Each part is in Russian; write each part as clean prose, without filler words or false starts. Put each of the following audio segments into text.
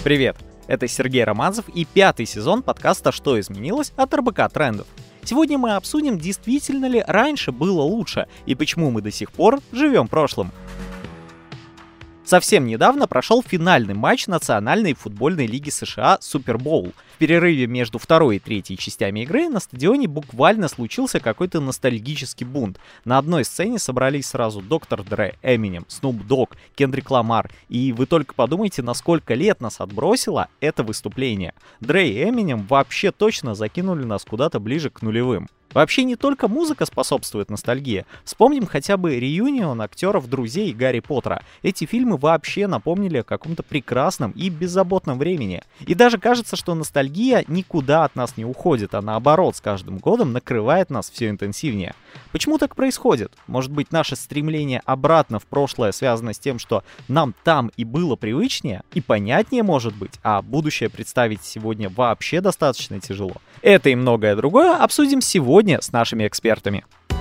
Привет! Это Сергей Романцев и 5-й сезон подкаста «Что изменилось?» от РБК Трендов. Сегодня мы обсудим, действительно ли раньше было лучше и почему мы до сих пор живем прошлым. Совсем недавно прошел финальный матч Национальной футбольной лиги США Супербоул. В перерыве между второй и третьей частями игры на стадионе буквально случился какой-то ностальгический бунт. На одной сцене собрались сразу Доктор Дре, Эминем, Снуп Дог, Кендрик Ламар. И вы только подумайте, на сколько лет нас отбросило это выступление. Дре и Эминем вообще точно закинули нас куда-то ближе к нулевым. Вообще не только музыка способствует ностальгии. Вспомним хотя бы реюнион актеров «Друзей» и «Гарри Поттера». Эти фильмы вообще напомнили о каком-то прекрасном и беззаботном времени. И даже кажется, что ностальгия никуда от нас не уходит, а наоборот, с каждым годом накрывает нас все интенсивнее. Почему так происходит? Может быть, наше стремление обратно в прошлое связано с тем, что нам там и было привычнее, и понятнее, может быть, а будущее представить сегодня вообще достаточно тяжело? Это и многое другое обсудим сегодня с нашими экспертами.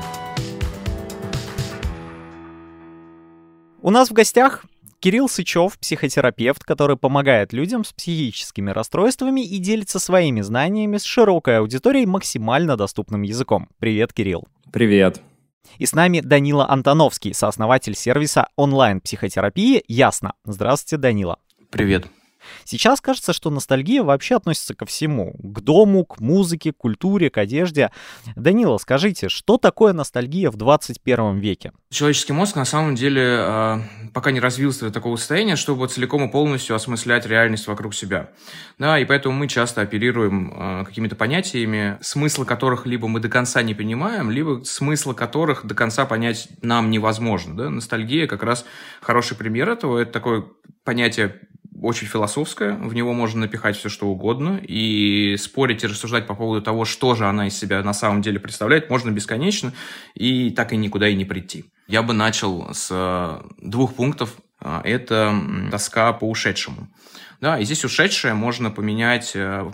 У нас в гостях Кирилл Сычев, психотерапевт, который помогает людям с психическими расстройствами и делится своими знаниями с широкой аудиторией максимально доступным языком. Привет, Кирилл. Привет. И с нами Данила Антоновский, сооснователь сервиса онлайн-психотерапии «Ясно». Здравствуйте, Данила. Привет. Сейчас кажется, что ностальгия вообще относится ко всему. К дому, к музыке, к культуре, к одежде. Данила, скажите, что такое ностальгия в 21 веке? Человеческий мозг на самом деле пока не развился до такого состояния, чтобы целиком и полностью осмыслять реальность вокруг себя. Да, и поэтому мы часто оперируем какими-то понятиями, смысла которых либо мы до конца не понимаем, либо смысла которых до конца понять нам невозможно. Да? Ностальгия как раз хороший пример этого. Это такое понятие очень философская, в него можно напихать все, что угодно, и спорить и рассуждать по поводу того, что же она из себя на самом деле представляет, можно бесконечно, и так и никуда и не прийти. Я бы начал с 2 пунктов. Это тоска по ушедшему. Да, и здесь ушедшее можно поменять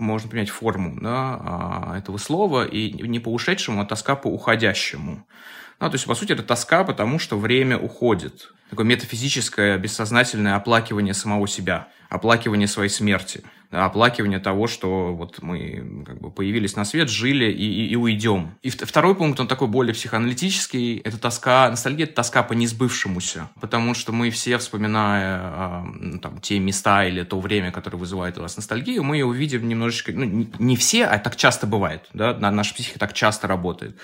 форму, да, этого слова, и не по ушедшему, а тоска по уходящему. Ну, то есть, по сути, это тоска, потому что время уходит. Такое метафизическое, бессознательное оплакивание самого себя, оплакивание своей смерти, да, оплакивание того, что вот мы как бы появились на свет, жили и уйдем. И второй пункт, он такой более психоаналитический, это тоска, ностальгия – это тоска по несбывшемуся, потому что мы все, вспоминая те места или то время, которое вызывает у нас ностальгию, мы ее увидим немножечко, не все, а так часто бывает, да, наша психика так часто работает.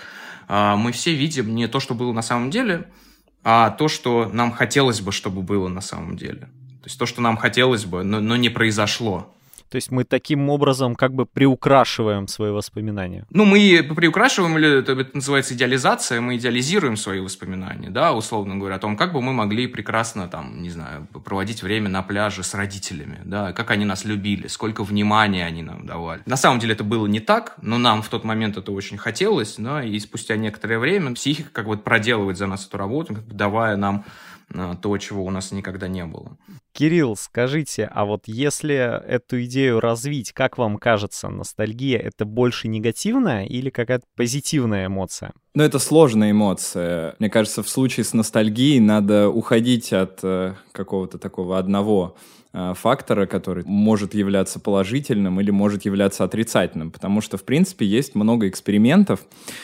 Мы все видим не то, что было на самом деле, а то, что нам хотелось бы, чтобы было на самом деле. То есть то, что нам хотелось бы, но не произошло. То есть мы таким образом как бы приукрашиваем свои воспоминания. Мы приукрашиваем, или это называется идеализация, мы идеализируем свои воспоминания, да, условно говоря, о том, как бы мы могли прекрасно, проводить время на пляже с родителями, да, как они нас любили, сколько внимания они нам давали. На самом деле это было не так, но нам в тот момент это очень хотелось, да, и спустя некоторое время психика как бы проделывает за нас эту работу, как бы давая нам то, чего у нас никогда не было. Кирилл, скажите, а вот если эту идею развить, как вам кажется, ностальгия — это больше негативная или какая-то позитивная эмоция? Это сложная эмоция. Мне кажется, в случае с ностальгией надо уходить от какого-то такого одного фактора, который может являться положительным или может являться отрицательным, потому что, в принципе, есть много экспериментов,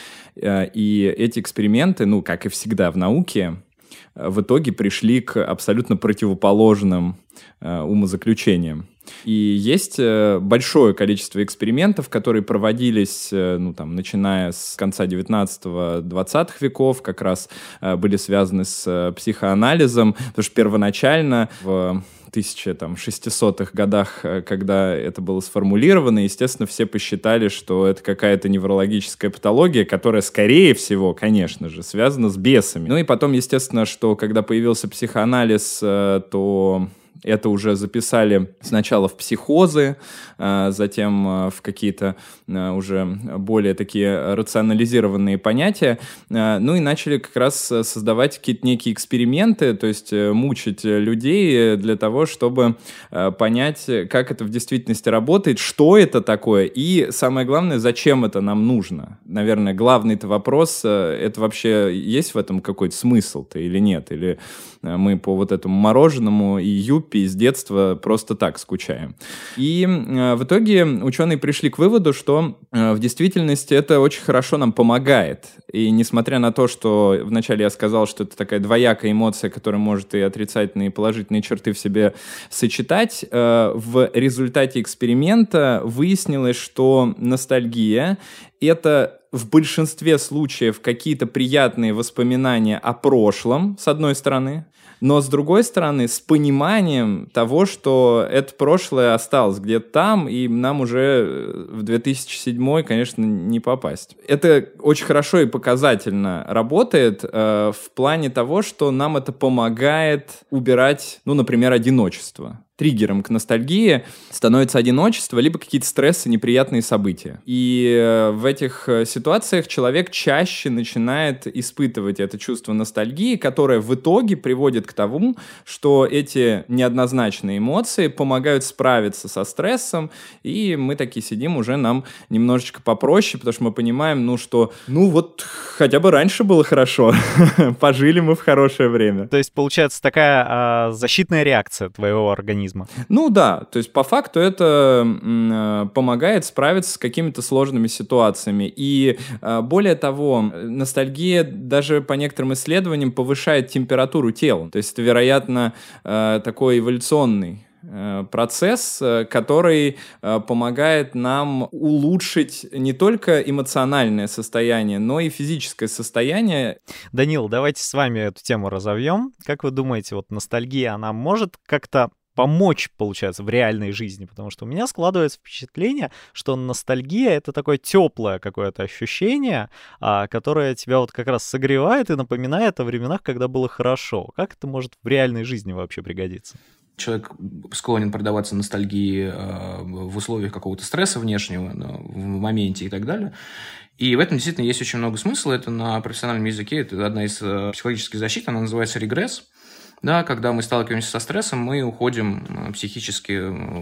и эти эксперименты, как и всегда в науке, в итоге пришли к абсолютно противоположным умозаключениям. И есть большое количество экспериментов, которые проводились, начиная с конца 19-20 веков, как раз были связаны с психоанализом, потому что первоначально в 1600-х годах, когда это было сформулировано, естественно, все посчитали, что это какая-то неврологическая патология, которая, скорее всего, конечно же, связана с бесами. И потом, естественно, что когда появился психоанализ, то это уже записали сначала в психозы, затем в какие-то уже более такие рационализированные понятия, и начали как раз создавать какие-то некие эксперименты, то есть мучить людей для того, чтобы понять, как это в действительности работает, что это такое, и самое главное, зачем это нам нужно. Наверное, главный-то вопрос, это вообще есть в этом какой-то смысл-то или нет, или мы по вот этому мороженому и юппи группе из детства просто так скучаем. И в итоге ученые пришли к выводу, что в действительности это очень хорошо нам помогает. И несмотря на то, что вначале я сказал, что это такая двоякая эмоция, которая может и отрицательные, и положительные черты в себе сочетать, в результате эксперимента выяснилось, что ностальгия — это в большинстве случаев какие-то приятные воспоминания о прошлом, с одной стороны, но, с другой стороны, с пониманием того, что это прошлое осталось где-то там, и нам уже в 2007, конечно, не попасть. Это очень хорошо и показательно работает в плане того, что нам это помогает убирать, например, одиночество. Триггером к ностальгии становится одиночество, либо какие-то стрессы, неприятные события. И в этих ситуациях человек чаще начинает испытывать это чувство ностальгии, которое в итоге приводит к тому, что эти неоднозначные эмоции помогают справиться со стрессом, и мы такие сидим, уже нам немножечко попроще, потому что мы понимаем, что вот хотя бы раньше было хорошо, пожили мы в хорошее время. То есть получается такая защитная реакция твоего организма. Да, то есть по факту это помогает справиться с какими-то сложными ситуациями. И более того, ностальгия даже по некоторым исследованиям повышает температуру тела. То есть это, вероятно, такой эволюционный процесс, который помогает нам улучшить не только эмоциональное состояние, но и физическое состояние. Данил, давайте с вами эту тему разовьем. Как вы думаете, ностальгия, она может как-то помочь, получается, в реальной жизни? Потому что у меня складывается впечатление, что ностальгия — это такое теплое какое-то ощущение, которое тебя как раз согревает и напоминает о временах, когда было хорошо. Как это может в реальной жизни вообще пригодиться? Человек склонен предаваться ностальгии в условиях какого-то стресса внешнего, в моменте и так далее. И в этом действительно есть очень много смысла. Это на профессиональном языке, это одна из психологических защит, она называется регресс. Да, когда мы сталкиваемся со стрессом, мы уходим психически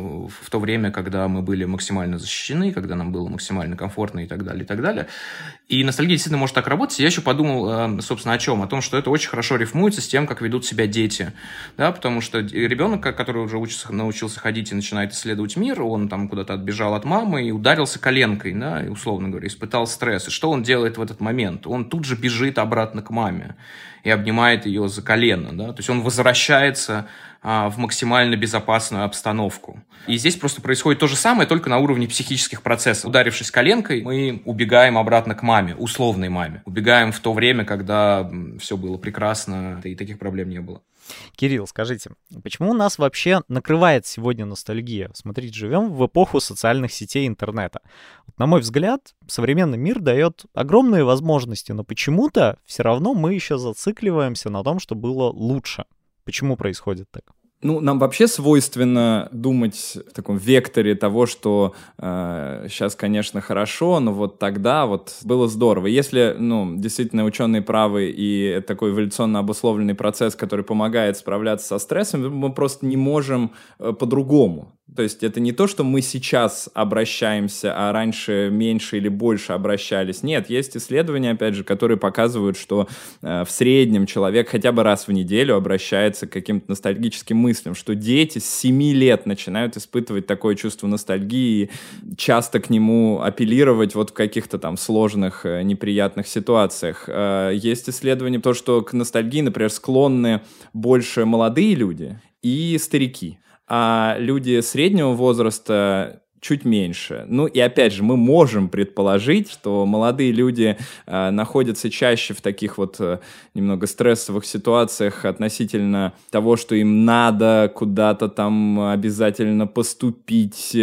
в то время, когда мы были максимально защищены, когда нам было максимально комфортно и так далее, и так далее. И ностальгия действительно может так работать. Я еще подумал, собственно, о чем? О том, что это очень хорошо рифмуется с тем, как ведут себя дети. Да, потому что ребенок, который уже научился ходить и начинает исследовать мир, он там куда-то отбежал от мамы и ударился коленкой, да, и, условно говоря, испытал стресс. И что он делает в этот момент? Он тут же бежит обратно к маме и обнимает ее за колено, да, то есть он возвращается в максимально безопасную обстановку. И здесь просто происходит то же самое, только на уровне психических процессов. Ударившись коленкой, мы убегаем обратно к маме, условной маме. Убегаем в то время, когда все было прекрасно, и таких проблем не было. Кирилл, скажите, почему нас вообще накрывает сегодня ностальгия? Смотрите, живем в эпоху социальных сетей и интернета. На мой взгляд, современный мир дает огромные возможности, но почему-то все равно мы еще зацикливаемся на том, что было лучше. Почему происходит так? Нам вообще свойственно думать в таком векторе того, что сейчас, конечно, хорошо, но вот тогда было здорово. Если, действительно, ученые правы, и это такой эволюционно обусловленный процесс, который помогает справляться со стрессом, мы просто не можем по-другому. То есть это не то, что мы сейчас обращаемся, а раньше меньше или больше обращались. Нет, есть исследования, опять же, которые показывают, что в среднем человек хотя бы раз в неделю обращается к каким-то ностальгическим мыслям, что дети с 7 лет начинают испытывать такое чувство ностальгии, часто к нему апеллировать в каких-то там сложных, неприятных ситуациях. Есть исследования, то, что к ностальгии, например, склонны больше молодые люди и старики. А люди среднего возраста чуть меньше. И опять же, мы можем предположить, что молодые люди находятся чаще в таких немного стрессовых ситуациях относительно того, что им надо куда-то там обязательно поступить,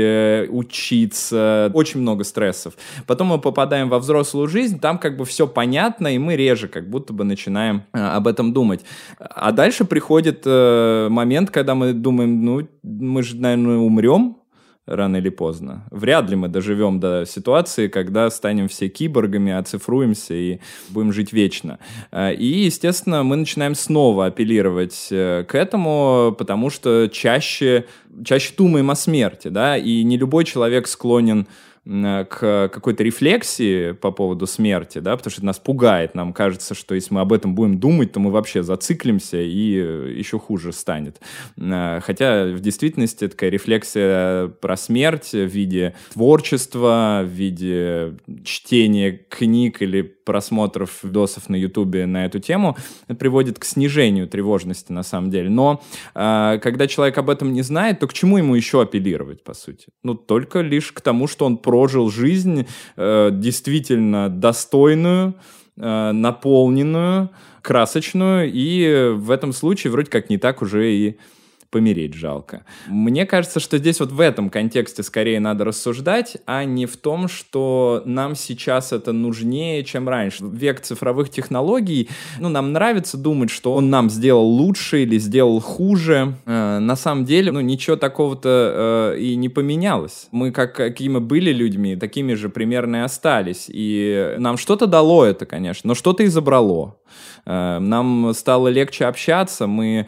учиться. Очень много стрессов. Потом мы попадаем во взрослую жизнь, там все понятно, и мы реже как будто бы начинаем об этом думать. А дальше приходит момент, когда мы думаем, мы же, наверное, умрем рано или поздно. Вряд ли мы доживем до ситуации, когда станем все киборгами, оцифруемся и будем жить вечно. И, естественно, мы начинаем снова апеллировать к этому, потому что чаще думаем о смерти, да, и не любой человек склонен к какой-то рефлексии по поводу смерти, да, потому что это нас пугает, нам кажется, что если мы об этом будем думать, то мы вообще зациклимся и еще хуже станет. Хотя в действительности такая рефлексия про смерть в виде творчества, в виде чтения книг или просмотров видосов на Ютубе на эту тему приводит к снижению тревожности на самом деле. Но когда человек об этом не знает, то к чему ему еще апеллировать, по сути? Ну, только лишь к тому, что он прожил жизнь действительно достойную, наполненную, красочную, и в этом случае вроде как не так уже и помереть жалко. Мне кажется, что здесь вот в этом контексте скорее надо рассуждать, а не в том, что нам сейчас это нужнее, чем раньше. В век цифровых технологий, нам нравится думать, что он нам сделал лучше или сделал хуже. На самом деле, ничего такого-то и не поменялось. Мы какими мы были людьми, такими же примерно и остались. И нам что-то дало это, конечно, но что-то и забрало. Нам стало легче общаться, мы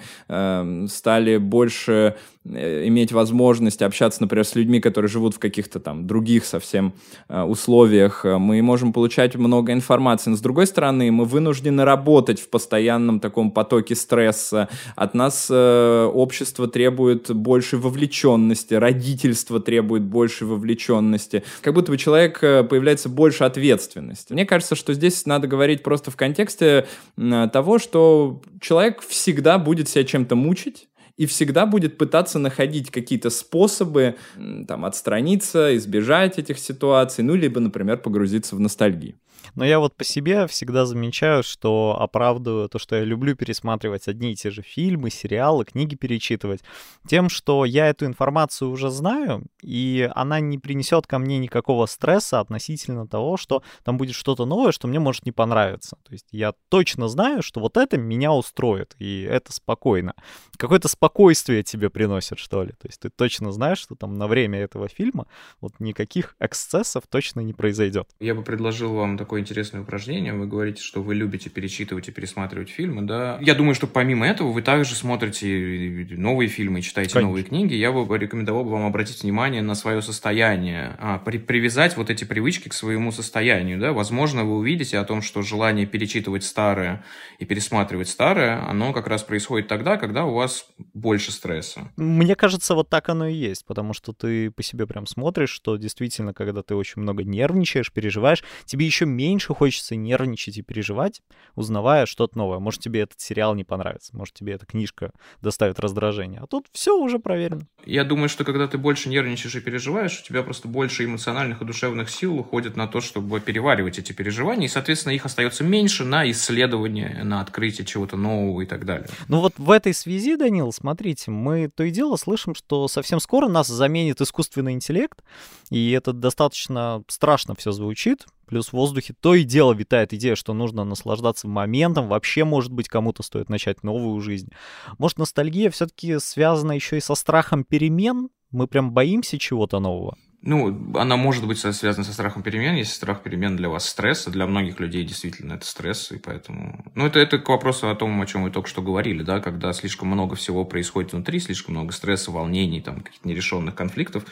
стали больше иметь возможность общаться, например, с людьми, которые живут в каких-то там других совсем условиях. Мы можем получать много информации, но с другой стороны, мы вынуждены работать в постоянном таком потоке стресса. От нас общество требует большей вовлеченности, родительство требует большей вовлеченности. Как будто бы человек появляется больше ответственности. Мне кажется, что здесь надо говорить просто в контексте того, что человек всегда будет себя чем-то мучить, и всегда будет пытаться находить какие-то способы отстраниться, избежать этих ситуаций, либо, например, погрузиться в ностальгию. Но я вот по себе всегда замечаю, что оправдываю то, что я люблю пересматривать одни и те же фильмы, сериалы, книги перечитывать, тем, что я эту информацию уже знаю, и она не принесет ко мне никакого стресса относительно того, что там будет что-то новое, что мне может не понравиться. То есть я точно знаю, что вот это меня устроит, и это спокойно. Какое-то спокойствие тебе приносит, что ли. То есть ты точно знаешь, что там на время этого фильма вот никаких эксцессов точно не произойдет. Я бы предложил вам такое интересное упражнение. Вы говорите, что вы любите перечитывать и пересматривать фильмы, да? Я думаю, что помимо этого вы также смотрите новые фильмы и читаете новые книги. Я бы порекомендовал вам обратить внимание на свое состояние, привязать вот эти привычки к своему состоянию, да? Возможно, вы увидите о том, что желание перечитывать старое и пересматривать старое, оно как раз происходит тогда, когда у вас больше стресса. Мне кажется, вот так оно и есть, потому что ты по себе прям смотришь, что действительно, когда ты очень много нервничаешь, переживаешь, тебе еще меньше хочется нервничать и переживать, узнавая что-то новое. Может, тебе этот сериал не понравится, может, тебе эта книжка доставит раздражение. А тут все уже проверено. Я думаю, что когда ты больше нервничаешь и переживаешь, у тебя просто больше эмоциональных и душевных сил уходит на то, чтобы переваривать эти переживания, и, соответственно, их остается меньше на исследование, на открытие чего-то нового и так далее. Ну вот в этой связи, Данил, смотрите, мы то и дело слышим, что совсем скоро нас заменит искусственный интеллект, и это достаточно страшно все звучит. Плюс в воздухе то и дело витает идея, что нужно наслаждаться моментом, вообще, может быть, кому-то стоит начать новую жизнь. Может, ностальгия все-таки связана еще и со страхом перемен? Мы прям боимся чего-то нового? Она может быть связана со страхом перемен, если страх перемен для вас стресс, для многих людей действительно это стресс, и поэтому... это к вопросу о том, о чем вы только что говорили, да, когда слишком много всего происходит внутри, слишком много стресса, волнений, каких-то нерешенных конфликтов,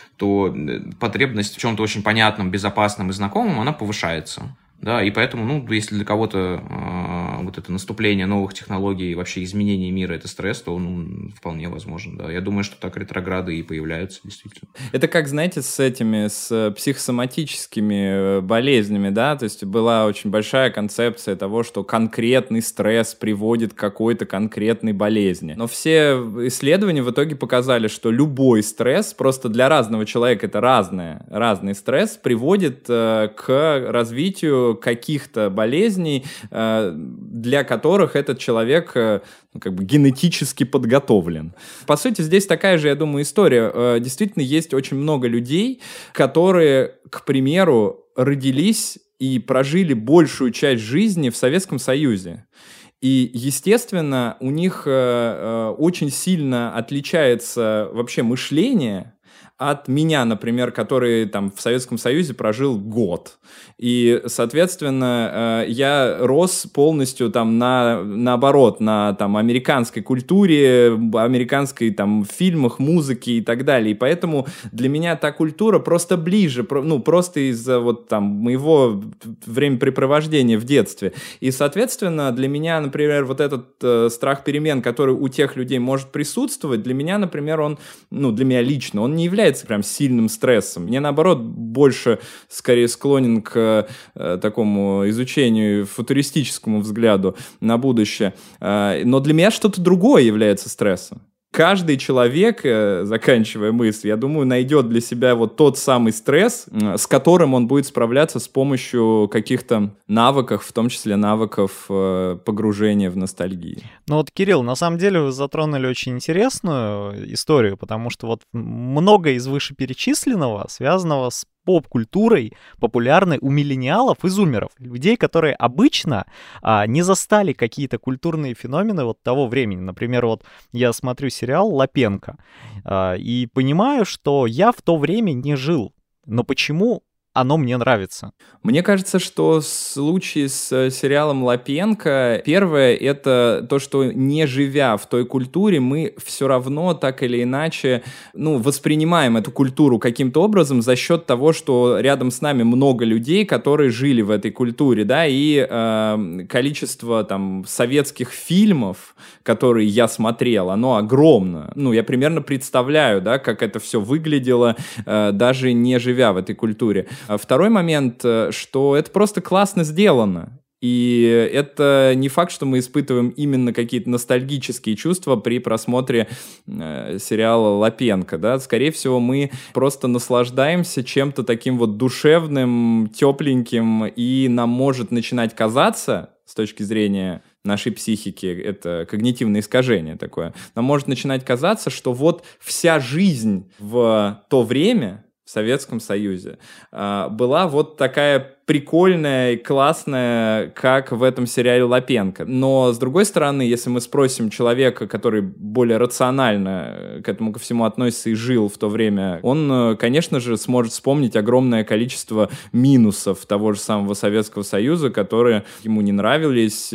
то потребность в чем-то очень понятном, безопасном и знакомом, она повышается. Да, и поэтому, если для кого-то вот это наступление новых технологий и вообще изменение мира – это стресс, то вполне возможно, да. Я думаю, что так ретрограды и появляются, действительно. Это как, знаете, с психосоматическими болезнями, да, то есть была очень большая концепция того, что конкретный стресс приводит к какой-то конкретной болезни. Но все исследования в итоге показали, что любой стресс, просто для разного человека это разный стресс, приводит к развитию каких-то болезней, для которых этот человек генетически подготовлен. По сути, здесь такая же, я думаю, история. Действительно, есть очень много людей, которые, к примеру, родились и прожили большую часть жизни в Советском Союзе. И, естественно, у них очень сильно отличается вообще мышление от меня, например, который там в Советском Союзе прожил год. И, соответственно, я рос полностью там наоборот, на там американской культуре, американской там фильмах, музыке и так далее. И поэтому для меня та культура просто ближе, ну, просто из-за вот там моего времяпрепровождения в детстве. И, соответственно, для меня, например, вот этот страх перемен, который у тех людей может присутствовать, для меня, например, он, ну, для меня лично, он не является прям сильным стрессом. Мне, наоборот, больше, скорее склонен к такому изучению, футуристическому взгляду на будущее. Но для меня что-то другое является стрессом. Каждый человек, заканчивая мысль, я думаю, найдет для себя вот тот самый стресс, с которым он будет справляться с помощью каких-то навыков, в том числе навыков погружения в ностальгию. Ну вот, Кирилл, на самом деле вы затронули очень интересную историю, потому что вот многое из вышеперечисленного связанного с поп-культурой, популярной у миллениалов и зумеров, людей, которые обычно не застали какие-то культурные феномены вот того времени. Например, вот я смотрю сериал «Лапенко» и понимаю, что я в то время не жил. Но почему оно мне нравится? Мне кажется, что в случае с сериалом «Лапенко», первое — это то, что, не живя в той культуре, мы все равно так или иначе, ну, воспринимаем эту культуру каким-то образом за счет того, что рядом с нами много людей, которые жили в этой культуре, да, и количество там советских фильмов, которые я смотрел, оно огромно. Ну, я примерно представляю, да, как это все выглядело, даже не живя в этой культуре. Второй момент, что это просто классно сделано. И это не факт, что мы испытываем именно какие-то ностальгические чувства при просмотре сериала «Лапенко», да. Скорее всего, мы просто наслаждаемся чем-то таким вот душевным, тепленьким, и нам может начинать казаться, с точки зрения нашей психики, это когнитивное искажение такое, нам может начинать казаться, что вот вся жизнь в то время в Советском Союзе была вот такая прикольная и классная, как в этом сериале «Лапенко». Но, с другой стороны, если мы спросим человека, который более рационально к этому ко всему относится и жил в то время, он, конечно же, сможет вспомнить огромное количество минусов того же самого Советского Союза, которые ему не нравились.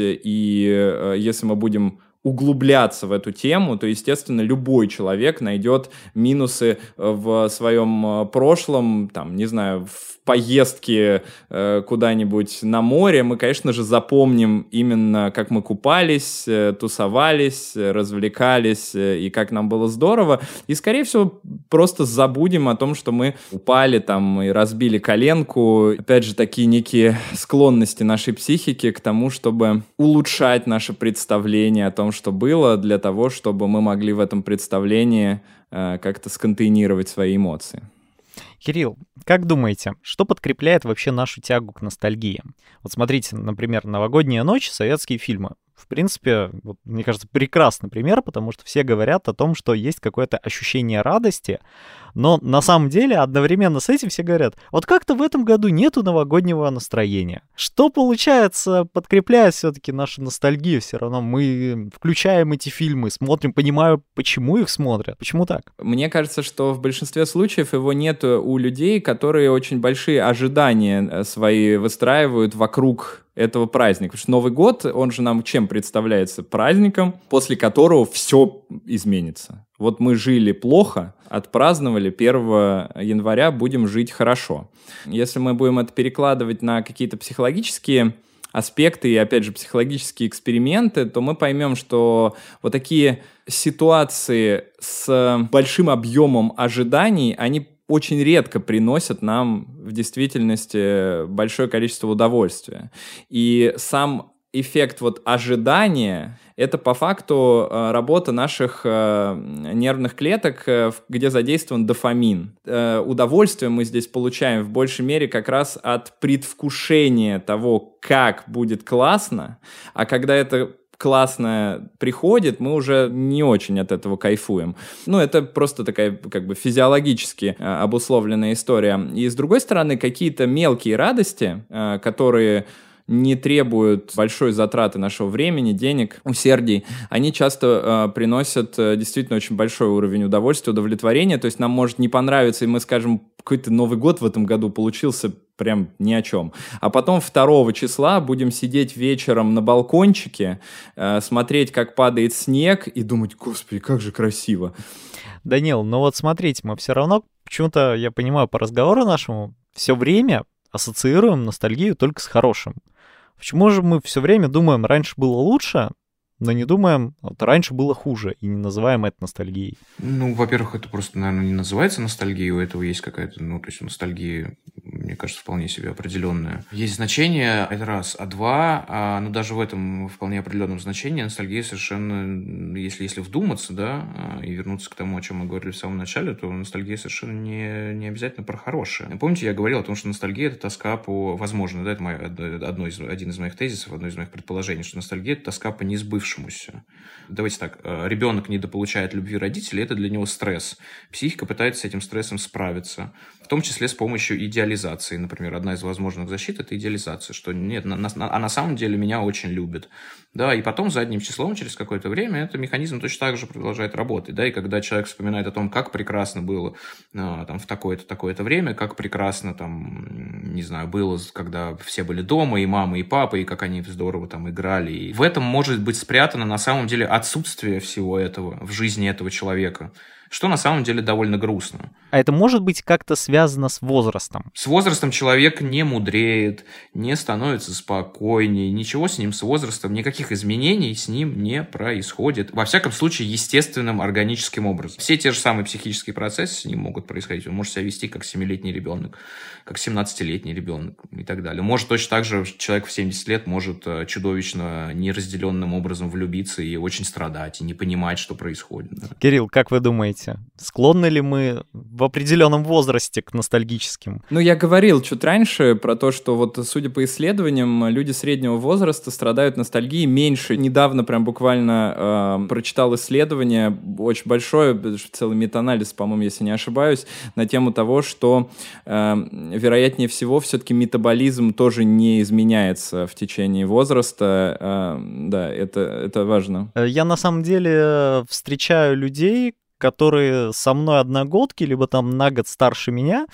И если мы будем углубляться в эту тему, то, естественно, любой человек найдет минусы в своем прошлом, там, не знаю, в поездке куда-нибудь на море. Мы, конечно же, запомним именно, как мы купались, тусовались, развлекались, и как нам было здорово. И, скорее всего, просто забудем о том, что мы упали там и разбили коленку. Опять же, такие некие склонности нашей психики к тому, чтобы улучшать наше представление о том, что было, для того, чтобы мы могли в этом представлении как-то сконтейнировать свои эмоции. Кирилл, как думаете, что подкрепляет вообще нашу тягу к ностальгии? Вот смотрите, например, «Новогодняя ночь», советские фильмы. В принципе, вот, мне кажется, прекрасный пример, потому что все говорят о том, что есть какое-то ощущение радости, но на самом деле одновременно с этим все говорят, вот как-то в этом году нету новогоднего настроения. Что получается, подкрепляет все-таки нашу ностальгию? Все равно мы включаем эти фильмы, смотрим, понимаю, почему их смотрят. Почему так? Мне кажется, что в большинстве случаев его нет у людей, которые очень большие ожидания свои выстраивают вокруг этого праздника. Потому что Новый год, он же нам чем представляется? Праздником, после которого все изменится. Вот мы жили плохо, отпраздновали 1 января, будем жить хорошо. Если мы будем это перекладывать на какие-то психологические аспекты и, опять же, психологические эксперименты, то мы поймем, что вот такие ситуации с большим объемом ожиданий, они очень редко приносят нам в действительности большое количество удовольствия. И сам эффект вот ожидания — это по факту работа наших нервных клеток, где задействован дофамин. Удовольствие мы здесь получаем в большей мере как раз от предвкушения того, как будет классно, а когда это классное приходит, мы уже не очень от этого кайфуем. Ну, это просто такая как бы физиологически обусловленная история. И с другой стороны, какие-то мелкие радости, которые не требуют большой затраты нашего времени, денег, усердий, они часто приносят действительно очень большой уровень удовольствия, удовлетворения. То есть нам может не понравиться, и мы скажем, какой-то Новый год в этом году получился прям ни о чем. А потом 2 числа будем сидеть вечером на балкончике, смотреть, как падает снег, и думать: господи, как же красиво. Данил, ну вот смотрите, мы все равно, почему-то, я понимаю, по разговору нашему, все время ассоциируем ностальгию только с хорошим. Почему же мы все время думаем, раньше было лучше, но не думаем, вот раньше было хуже, и не называем это ностальгией? Ну, во-первых, это просто, наверное, не называется ностальгией, у этого есть какая-то, ну, то есть ностальгия, мне кажется, вполне себе определенная. Есть значение, это раз, а два, ну, даже в этом вполне определенном значении ностальгия совершенно, если вдуматься, да, и вернуться к тому, о чем мы говорили в самом начале, то ностальгия совершенно не обязательно про хорошее. Помните, я говорил о том, что ностальгия — это тоска по, возможно, да, это один из моих тезисов, одно из моих предположений, что ностальгия — это тоска по несбывшемуся. Давайте так, ребенок недополучает любви родителей, это для него стресс. Психика пытается с этим стрессом справиться, в том числе с помощью идеализации. Например, одна из возможных защит — это идеализация, что нет, а на самом деле меня очень любят. Да, и потом задним числом через какое-то время этот механизм точно так же продолжает работать. Да, и когда человек вспоминает о том, как прекрасно было там, в такое-то время, как прекрасно там, не знаю, было, когда все были дома, и мама, и папа, и как они здорово там играли. И в этом может быть спрятано на самом деле отсутствие всего этого в жизни этого человека, что на самом деле довольно грустно. А это может быть как-то связано с возрастом? С возрастом человек не мудреет, не становится спокойнее, ничего с ним с возрастом, никаких изменений с ним не происходит. Во всяком случае, естественным, органическим образом. Все те же самые психические процессы с ним могут происходить. Он может себя вести как 7-летний ребенок, как 17-летний ребенок и так далее. Может точно так же человек в 70 лет может чудовищно неразделенным образом влюбиться и очень страдать, и не понимать, что происходит. Да. Кирилл, как вы думаете, склонны ли мы в определенном возрасте к ностальгическим? Ну, я говорил чуть раньше про то, что вот, судя по исследованиям, люди среднего возраста страдают ностальгией меньше. Недавно прям буквально прочитал исследование очень большое, целый метаанализ, по-моему, если не ошибаюсь, на тему того, что, вероятнее всего, все-таки метаболизм тоже не изменяется в течение возраста. Да, это важно. Я на самом деле встречаю людей, которые со мной одногодки, либо там на год старше меня,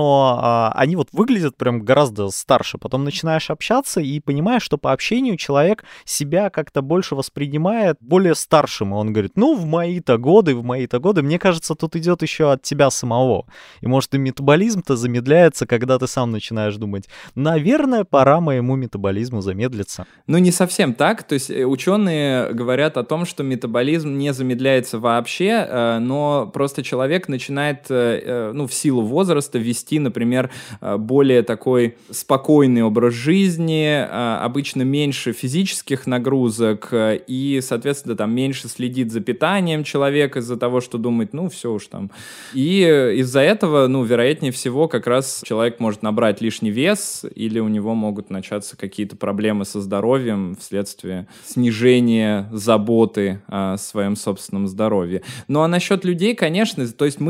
но они вот выглядят прям гораздо старше. Потом начинаешь общаться и понимаешь, что по общению человек себя как-то больше воспринимает более старшим. И он говорит: ну, в мои-то годы. Мне кажется, тут идет еще от тебя самого. И может и метаболизм-то замедляется, когда ты сам начинаешь думать: наверное, пора моему метаболизму замедлиться. Ну, не совсем так. То есть ученые говорят о том, что метаболизм не замедляется вообще, но просто человек начинает, в силу возраста вести, например, более такой спокойный образ жизни, обычно меньше физических нагрузок и, соответственно, там меньше следит за питанием человек из-за того, что думает, ну, все уж там. И из-за этого, вероятнее всего, как раз человек может набрать лишний вес или у него могут начаться какие-то проблемы со здоровьем вследствие снижения заботы о своем собственном здоровье. Ну, а насчет людей, конечно, то есть мы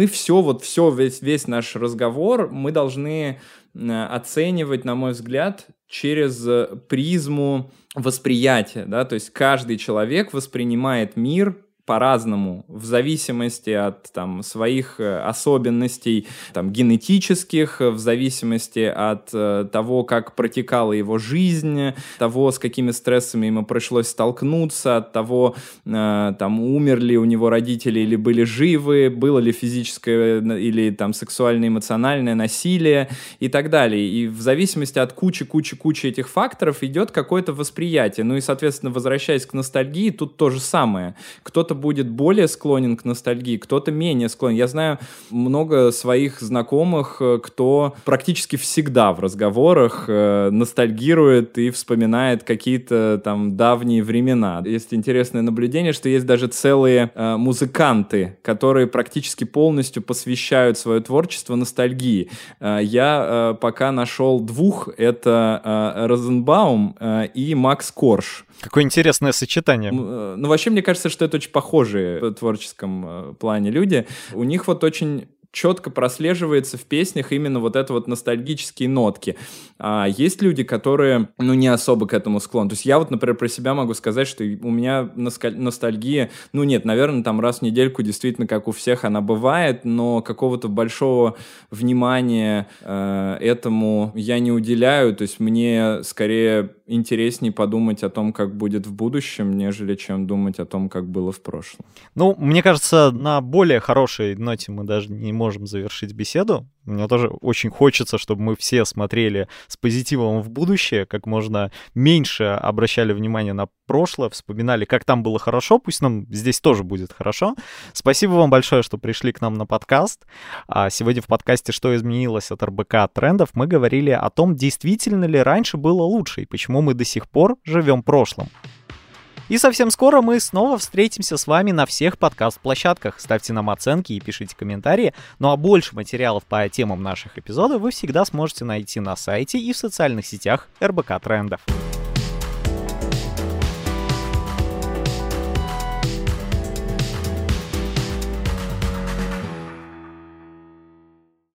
весь наш разговор мы должны оценивать, на мой взгляд, через призму восприятия, да, то есть каждый человек воспринимает мир по-разному, в зависимости от там, своих особенностей там, генетических, в зависимости от того, как протекала его жизнь, того, с какими стрессами ему пришлось столкнуться, от того, там, умерли у него родители или были живы, было ли физическое или там, сексуальное, эмоциональное насилие и так далее. И в зависимости от кучи этих факторов идет какое-то восприятие. Ну и, соответственно, возвращаясь к ностальгии, тут то же самое. Кто-то будет более склонен к ностальгии, кто-то менее склонен. Я знаю много своих знакомых, кто практически всегда в разговорах ностальгирует и вспоминает какие-то там давние времена. Есть интересное наблюдение, что есть даже целые музыканты, которые практически полностью посвящают свое творчество ностальгии. Я пока нашел двух, это Розенбаум и Макс Корж. Какое интересное сочетание. Ну, вообще, мне кажется, что это очень похожие в творческом плане люди. У них вот очень четко прослеживается в песнях именно вот это вот ностальгические нотки. А есть люди, которые, не особо к этому склонны. То есть я вот, например, про себя могу сказать, что у меня ностальгия, нет, наверное, там раз в недельку действительно, как у всех, она бывает, но какого-то большого внимания этому я не уделяю. То есть мне скорее интереснее подумать о том, как будет в будущем, нежели чем думать о том, как было в прошлом. Мне кажется, на более хорошей ноте мы даже не можем завершить беседу. Мне тоже очень хочется, чтобы мы все смотрели с позитивом в будущее, как можно меньше обращали внимание на прошлое, вспоминали, как там было хорошо, пусть нам здесь тоже будет хорошо. Спасибо вам большое, что пришли к нам на подкаст. Сегодня в подкасте «Что изменилось» от РБК Трендов мы говорили о том, действительно ли раньше было лучше и почему мы до сих пор живем прошлым. И совсем скоро мы снова встретимся с вами на всех подкаст-площадках. Ставьте нам оценки и пишите комментарии. Ну а больше материалов по темам наших эпизодов вы всегда сможете найти на сайте и в социальных сетях РБК Трендов.